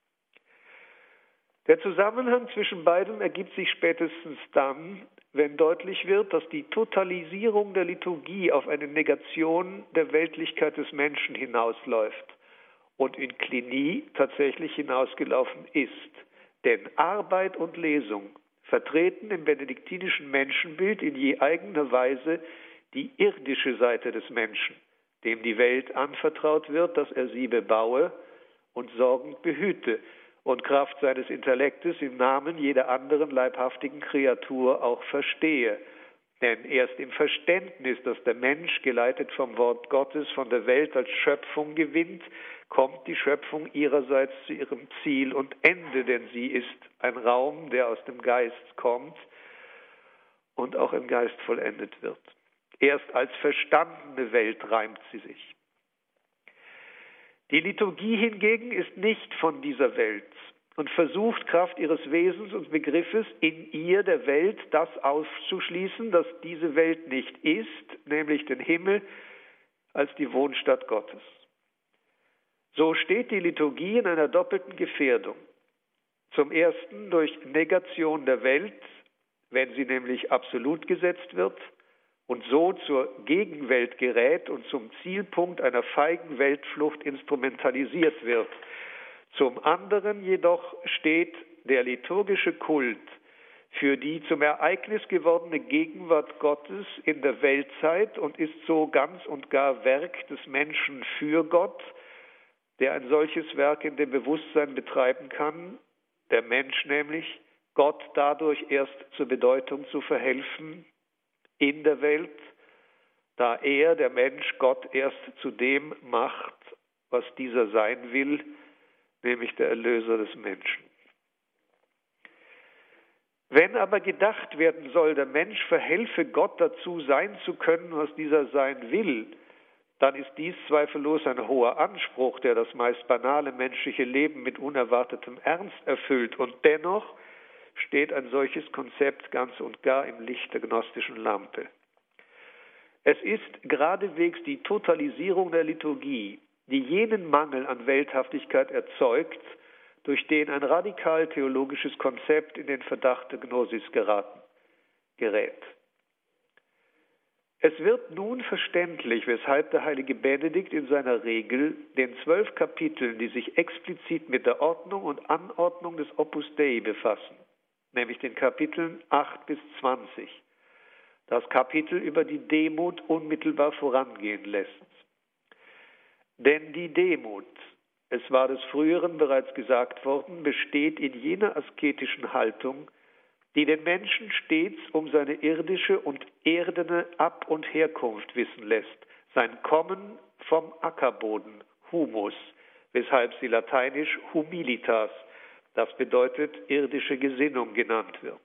S2: Der Zusammenhang zwischen beidem ergibt sich spätestens dann, wenn deutlich wird, dass die Totalisierung der Liturgie auf eine Negation der Weltlichkeit des Menschen hinausläuft und in Cluny tatsächlich hinausgelaufen ist. Denn Arbeit und Lesung vertreten im benediktinischen Menschenbild in je eigener Weise die irdische Seite des Menschen, dem die Welt anvertraut wird, dass er sie bebaue und sorgend behüte und Kraft seines Intellektes im Namen jeder anderen leibhaftigen Kreatur auch verstehe. Denn erst im Verständnis, dass der Mensch, geleitet vom Wort Gottes, von der Welt als Schöpfung gewinnt, kommt die Schöpfung ihrerseits zu ihrem Ziel und Ende, denn sie ist ein Raum, der aus dem Geist kommt und auch im Geist vollendet wird. Erst als verstandene Welt reimt sie sich. Die Liturgie hingegen ist nicht von dieser Welt und versucht, Kraft ihres Wesens und Begriffes in ihr der Welt das auszuschließen, dass diese Welt nicht ist, nämlich den Himmel als die Wohnstatt Gottes. So steht die Liturgie in einer doppelten Gefährdung. Zum ersten durch Negation der Welt, wenn sie nämlich absolut gesetzt wird, und so zur Gegenwelt gerät und zum Zielpunkt einer feigen Weltflucht instrumentalisiert wird. Zum anderen jedoch steht der liturgische Kult für die zum Ereignis gewordene Gegenwart Gottes in der Weltzeit und ist so ganz und gar Werk des Menschen für Gott, der ein solches Werk in dem Bewusstsein betreiben kann, der Mensch nämlich, Gott dadurch erst zur Bedeutung zu verhelfen, in der Welt, da er, der Mensch, Gott erst zu dem macht, was dieser sein will, nämlich der Erlöser des Menschen. Wenn aber gedacht werden soll, der Mensch verhelfe Gott dazu, sein zu können, was dieser sein will, dann ist dies zweifellos ein hoher Anspruch, der das meist banale menschliche Leben mit unerwartetem Ernst erfüllt. Und dennoch steht ein solches Konzept ganz und gar im Licht der gnostischen Lampe. Es ist geradewegs die Totalisierung der Liturgie, die jenen Mangel an Welthaftigkeit erzeugt, durch den ein radikal theologisches Konzept in den Verdacht der Gnosis geraten, gerät. Es wird nun verständlich, weshalb der heilige Benedikt in seiner Regel den zwölf Kapiteln, die sich explizit mit der Ordnung und Anordnung des Opus Dei befassen, nämlich den Kapiteln acht bis zwanzig, das Kapitel über die Demut unmittelbar vorangehen lässt. Denn die Demut, es war des Früheren bereits gesagt worden, besteht in jener asketischen Haltung, die den Menschen stets um seine irdische und erdene Ab- und Herkunft wissen lässt, sein Kommen vom Ackerboden, Humus, weshalb sie lateinisch humilitas, das bedeutet irdische Gesinnung, genannt wird.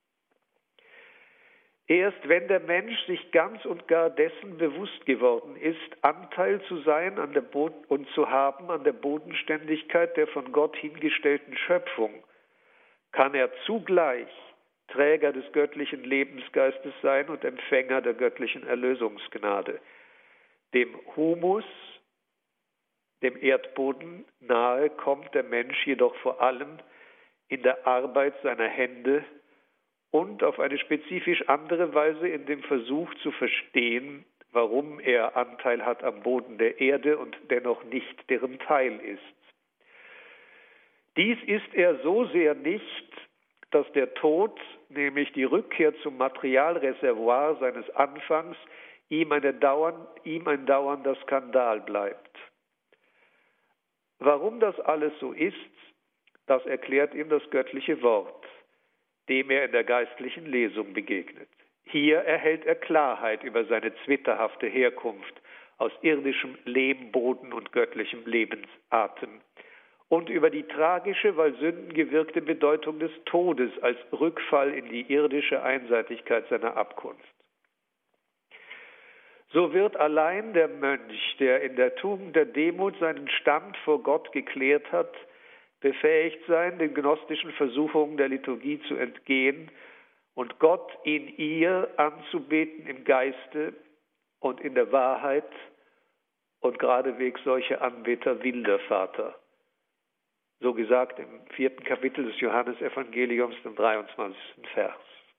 S2: Erst wenn der Mensch sich ganz und gar dessen bewusst geworden ist, Anteil zu sein an der Bo- und zu haben an der Bodenständigkeit der von Gott hingestellten Schöpfung, kann er zugleich Träger des göttlichen Lebensgeistes sein und Empfänger der göttlichen Erlösungsgnade. Dem Humus, dem Erdboden nahe, kommt der Mensch jedoch vor allem in der Arbeit seiner Hände und auf eine spezifisch andere Weise in dem Versuch zu verstehen, warum er Anteil hat am Boden der Erde und dennoch nicht deren Teil ist. Dies ist er so sehr nicht, dass der Tod, nämlich die Rückkehr zum Materialreservoir seines Anfangs, ihm, eine dauern, ihm ein dauernder Skandal bleibt. Warum das alles so ist, das erklärt ihm das göttliche Wort, dem er in der geistlichen Lesung begegnet. Hier erhält er Klarheit über seine zwitterhafte Herkunft aus irdischem Lehmboden und göttlichem Lebensatem und über die tragische, weil Sünden gewirkte Bedeutung des Todes als Rückfall in die irdische Einseitigkeit seiner Abkunft. So wird allein der Mönch, der in der Tugend der Demut seinen Stand vor Gott geklärt hat, befähigt sein, den gnostischen Versuchungen der Liturgie zu entgehen und Gott in ihr anzubeten im Geiste und in der Wahrheit, und geradewegs solche Anbeter will der Vater. So gesagt im vierten Kapitel des Johannesevangeliums, dem dreiundzwanzigsten Vers.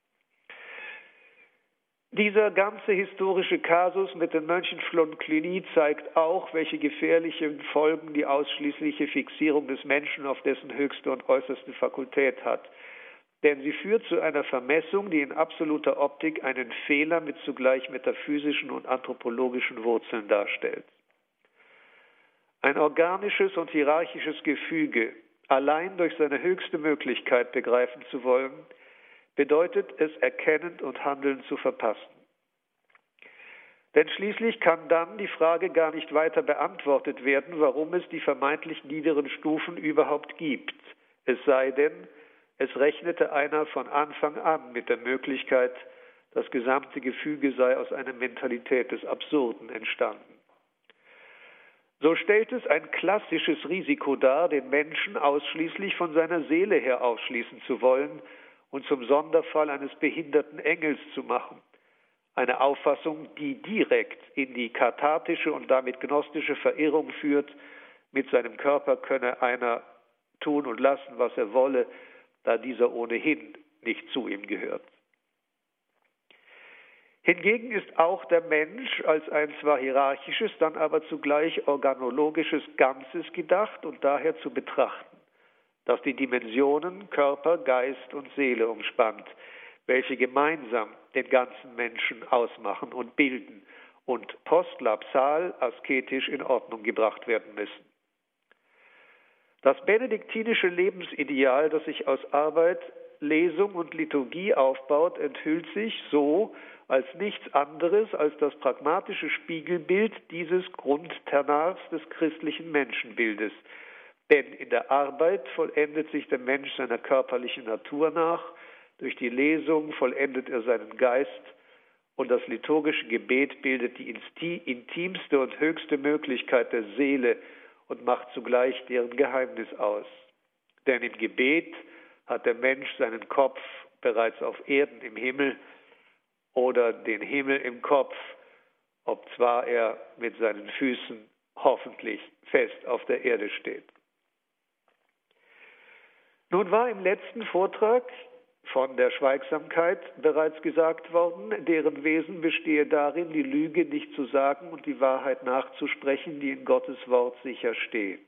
S2: Dieser ganze historische Kasus mit den Mönchen von Cluny zeigt auch, welche gefährlichen Folgen die ausschließliche Fixierung des Menschen auf dessen höchste und äußerste Fakultät hat. Denn sie führt zu einer Vermessung, die in absoluter Optik einen Fehler mit zugleich metaphysischen und anthropologischen Wurzeln darstellt. Ein organisches und hierarchisches Gefüge allein durch seine höchste Möglichkeit begreifen zu wollen, bedeutet es, erkennend und handelnd zu verpassen. Denn schließlich kann dann die Frage gar nicht weiter beantwortet werden, warum es die vermeintlich niederen Stufen überhaupt gibt. Es sei denn, es rechnete einer von Anfang an mit der Möglichkeit, das gesamte Gefüge sei aus einer Mentalität des Absurden entstanden. So stellt es ein klassisches Risiko dar, den Menschen ausschließlich von seiner Seele her ausschließen zu wollen und zum Sonderfall eines behinderten Engels zu machen. Eine Auffassung, die direkt in die kathartische und damit gnostische Verirrung führt, mit seinem Körper könne einer tun und lassen, was er wolle, da dieser ohnehin nicht zu ihm gehört. Hingegen ist auch der Mensch als ein zwar hierarchisches, dann aber zugleich organologisches Ganzes gedacht und daher zu betrachten, das die Dimensionen Körper, Geist und Seele umspannt, welche gemeinsam den ganzen Menschen ausmachen und bilden und postlapsal asketisch in Ordnung gebracht werden müssen. Das benediktinische Lebensideal, das sich aus Arbeit, Lesung und Liturgie aufbaut, enthüllt sich so als nichts anderes als das pragmatische Spiegelbild dieses Grundtenors des christlichen Menschenbildes. Denn in der Arbeit vollendet sich der Mensch seiner körperlichen Natur nach, durch die Lesung vollendet er seinen Geist und das liturgische Gebet bildet die intimste und höchste Möglichkeit der Seele und macht zugleich deren Geheimnis aus. Denn im Gebet hat der Mensch seinen Kopf bereits auf Erden im Himmel oder den Himmel im Kopf, obzwar er mit seinen Füßen hoffentlich fest auf der Erde steht. Nun war im letzten Vortrag von der Schweigsamkeit bereits gesagt worden, deren Wesen bestehe darin, die Lüge nicht zu sagen und die Wahrheit nachzusprechen, die in Gottes Wort sicher steht.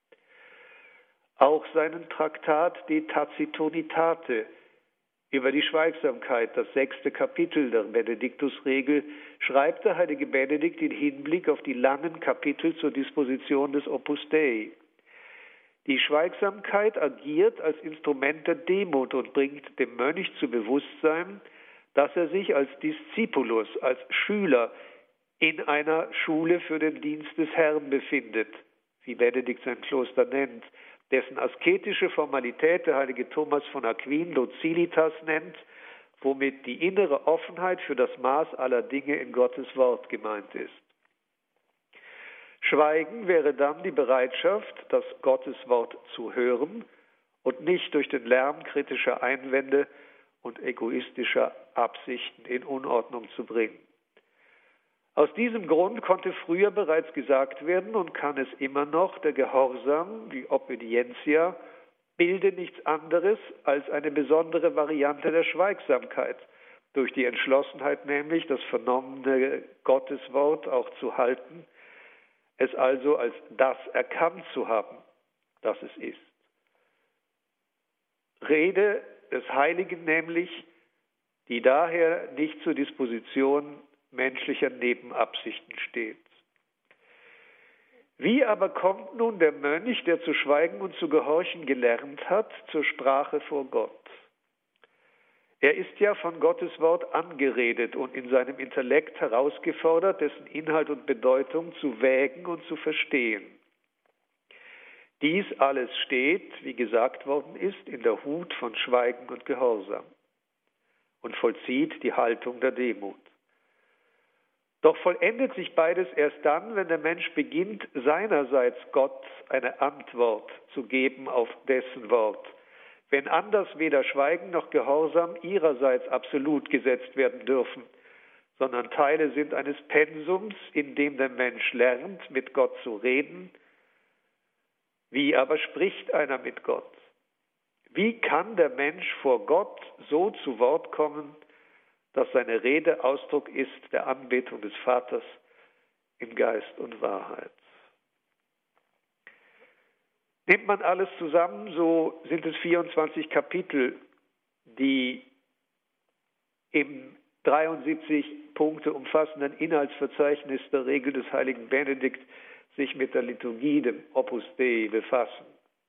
S2: Auch seinen Traktat De Tacitonitate über die Schweigsamkeit, das sechste Kapitel der Benediktusregel, schreibt der heilige Benedikt in Hinblick auf die langen Kapitel zur Disposition des Opus Dei. Die Schweigsamkeit agiert als Instrument der Demut und bringt dem Mönch zu Bewusstsein, dass er sich als Discipulus, als Schüler in einer Schule für den Dienst des Herrn befindet, wie Benedikt sein Kloster nennt, dessen asketische Formalität der heilige Thomas von Aquin Docilitas nennt, womit die innere Offenheit für das Maß aller Dinge in Gottes Wort gemeint ist. Schweigen wäre dann die Bereitschaft, das Gottes Wort zu hören und nicht durch den Lärm kritischer Einwände und egoistischer Absichten in Unordnung zu bringen. Aus diesem Grund konnte früher bereits gesagt werden und kann es immer noch, der Gehorsam, die Obedientia, bilde nichts anderes als eine besondere Variante der Schweigsamkeit, durch die Entschlossenheit nämlich, das vernommene Gotteswort auch zu halten, es also als das erkannt zu haben, das es ist. Rede des Heiligen nämlich, die daher nicht zur Disposition menschlicher Nebenabsichten steht. Wie aber kommt nun der Mönch, der zu schweigen und zu gehorchen gelernt hat, zur Sprache vor Gott? Er ist ja von Gottes Wort angeredet und in seinem Intellekt herausgefordert, dessen Inhalt und Bedeutung zu wägen und zu verstehen. Dies alles steht, wie gesagt worden ist, in der Hut von Schweigen und Gehorsam und vollzieht die Haltung der Demut. Doch vollendet sich beides erst dann, wenn der Mensch beginnt, seinerseits Gott eine Antwort zu geben auf dessen Wort, wenn anders weder Schweigen noch Gehorsam ihrerseits absolut gesetzt werden dürfen, sondern Teile sind eines Pensums, in dem der Mensch lernt, mit Gott zu reden. Wie aber spricht einer mit Gott? Wie kann der Mensch vor Gott so zu Wort kommen, dass seine Rede Ausdruck ist der Anbetung des Vaters in Geist und Wahrheit? Nimmt man alles zusammen, so sind es vierundzwanzig Kapitel, die im dreiundsiebzig Punkte umfassenden Inhaltsverzeichnis der Regel des heiligen Benedikt sich mit der Liturgie, dem Opus Dei, befassen.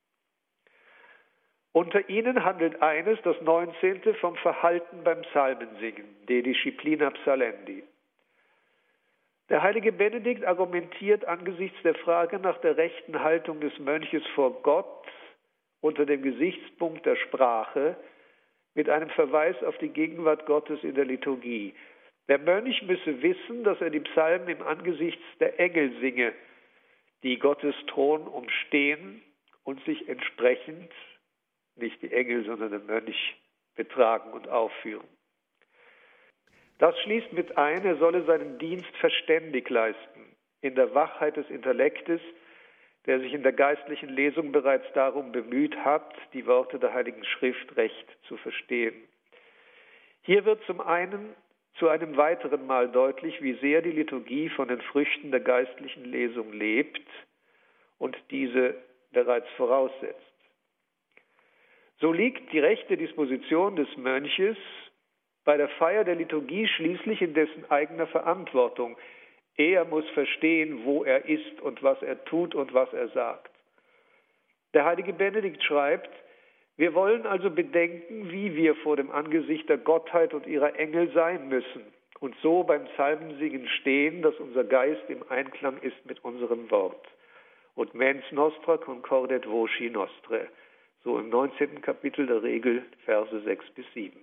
S2: Unter ihnen handelt eines, das neunzehnte, vom Verhalten beim Psalmensingen, De Disciplina Psalendi. Der heilige Benedikt argumentiert angesichts der Frage nach der rechten Haltung des Mönches vor Gott unter dem Gesichtspunkt der Sprache mit einem Verweis auf die Gegenwart Gottes in der Liturgie. Der Mönch müsse wissen, dass er die Psalmen im Angesichts der Engel singe, die Gottes Thron umstehen und sich entsprechend, nicht die Engel, sondern der Mönch, betragen und aufführen. Das schließt mit ein, er solle seinen Dienst verständig leisten, in der Wachheit des Intellektes, der sich in der geistlichen Lesung bereits darum bemüht hat, die Worte der Heiligen Schrift recht zu verstehen. Hier wird zum einen zu einem weiteren Mal deutlich, wie sehr die Liturgie von den Früchten der geistlichen Lesung lebt und diese bereits voraussetzt. So liegt die rechte Disposition des Mönches bei der Feier der Liturgie schließlich in dessen eigener Verantwortung. Er muss verstehen, wo er ist und was er tut und was er sagt. Der heilige Benedikt schreibt, wir wollen also bedenken, wie wir vor dem Angesicht der Gottheit und ihrer Engel sein müssen und so beim Psalmensingen stehen, dass unser Geist im Einklang ist mit unserem Wort. Und mens nostra concordet voci nostre, so im neunzehnten Kapitel der Regel, Verse sechs bis sieben.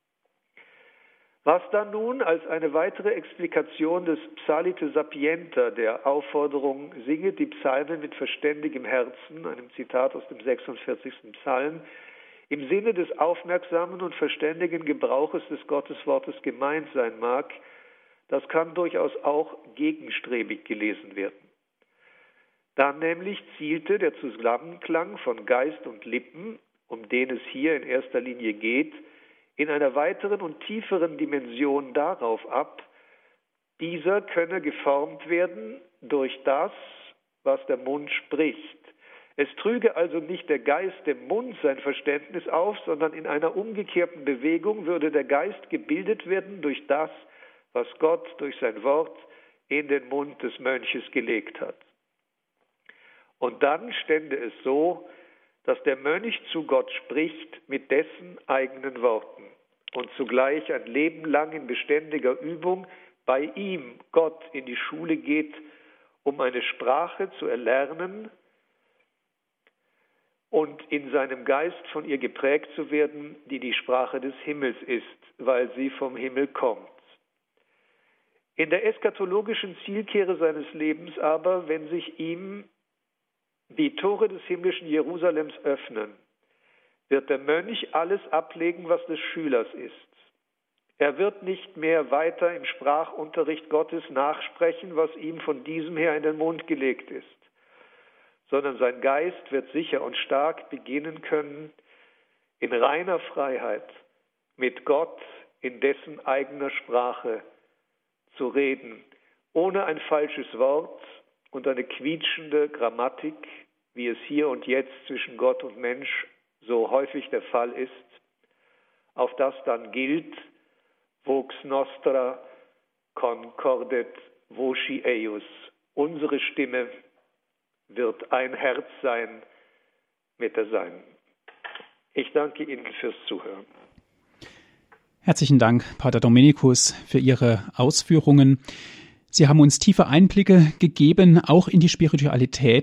S2: Was dann nun als eine weitere Explikation des Psalite Sapienta, der Aufforderung, singet die Psalmen mit verständigem Herzen, einem Zitat aus dem sechsundvierzigsten Psalm, im Sinne des aufmerksamen und verständigen Gebrauches des Gotteswortes gemeint sein mag, das kann durchaus auch gegenstrebig gelesen werden. Dann nämlich zielte der Zusammenklang von Geist und Lippen, um den es hier in erster Linie geht, in einer weiteren und tieferen Dimension darauf ab, dieser könne geformt werden durch das, was der Mund spricht. Es trüge also nicht der Geist dem Mund sein Verständnis auf, sondern in einer umgekehrten Bewegung würde der Geist gebildet werden durch das, was Gott durch sein Wort in den Mund des Mönches gelegt hat. Und dann stände es so, dass der Mönch zu Gott spricht mit dessen eigenen Worten und zugleich ein Leben lang in beständiger Übung bei ihm, Gott, in die Schule geht, um eine Sprache zu erlernen und in seinem Geist von ihr geprägt zu werden, die die Sprache des Himmels ist, weil sie vom Himmel kommt. In der eschatologischen Zielkehre seines Lebens aber, wenn sich ihm die Tore des himmlischen Jerusalems öffnen, wird der Mönch alles ablegen, was des Schülers ist. Er wird nicht mehr weiter im Sprachunterricht Gottes nachsprechen, was ihm von diesem her in den Mund gelegt ist, sondern sein Geist wird sicher und stark beginnen können, in reiner Freiheit mit Gott in dessen eigener Sprache zu reden, ohne ein falsches Wort und eine quietschende Grammatik, wie es hier und jetzt zwischen Gott und Mensch so häufig der Fall ist, auf das dann gilt, vox nostra concordet voci eius. Unsere Stimme wird ein Herz sein mit der seinen. Ich danke Ihnen fürs Zuhören.
S1: Herzlichen Dank, Pater Dominikus, für Ihre Ausführungen. Sie haben uns tiefe Einblicke gegeben, auch in die Spiritualität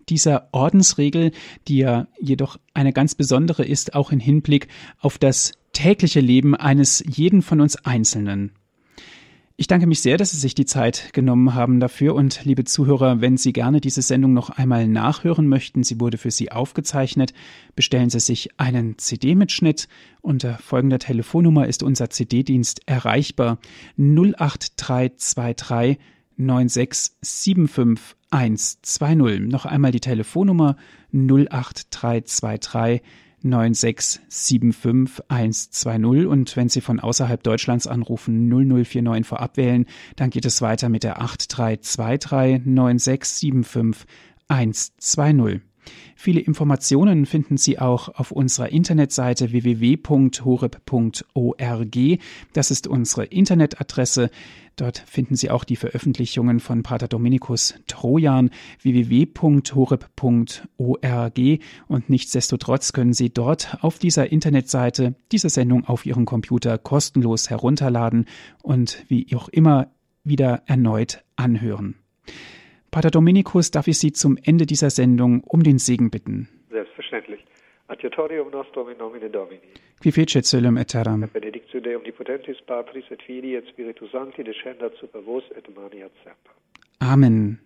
S1: dieser Ordensregel, die ja jedoch eine ganz besondere ist, auch im Hinblick auf das tägliche Leben eines jeden von uns Einzelnen. Ich danke mich sehr, dass Sie sich die Zeit genommen haben dafür und liebe Zuhörer, wenn Sie gerne diese Sendung noch einmal nachhören möchten, sie wurde für Sie aufgezeichnet, bestellen Sie sich einen C D-Mitschnitt. Unter folgender Telefonnummer ist unser C D-Dienst erreichbar: null acht drei zwei drei neun sechs sieben fünf eins zwei null. Noch einmal die Telefonnummer null acht drei zwei drei neun sechs sieben fünf eins zwei null und wenn Sie von außerhalb Deutschlands anrufen, null null vier neun vorab wählen, dann geht es weiter mit der acht drei zwei drei neun sechs sieben fünf eins zwei null. Viele Informationen finden Sie auch auf unserer Internetseite w w w punkt horeb punkt org. Das ist unsere Internetadresse. Dort finden Sie auch die Veröffentlichungen von Pater Dominikus Trojan, w w w punkt horeb punkt org. Und nichtsdestotrotz können Sie dort auf dieser Internetseite diese Sendung auf Ihrem Computer kostenlos herunterladen und wie auch immer wieder erneut anhören. Pater Dominikus, darf ich Sie zum Ende dieser Sendung um den Segen bitten?
S2: Selbstverständlich. Adiutorium nostrum in nomine Domini.
S1: Qui fecit coelum et terram.
S2: Et benedictio Dei omnipotentis Patris et Filii et Spiritus Sancti descendat super vos et maniat semper.
S1: Amen.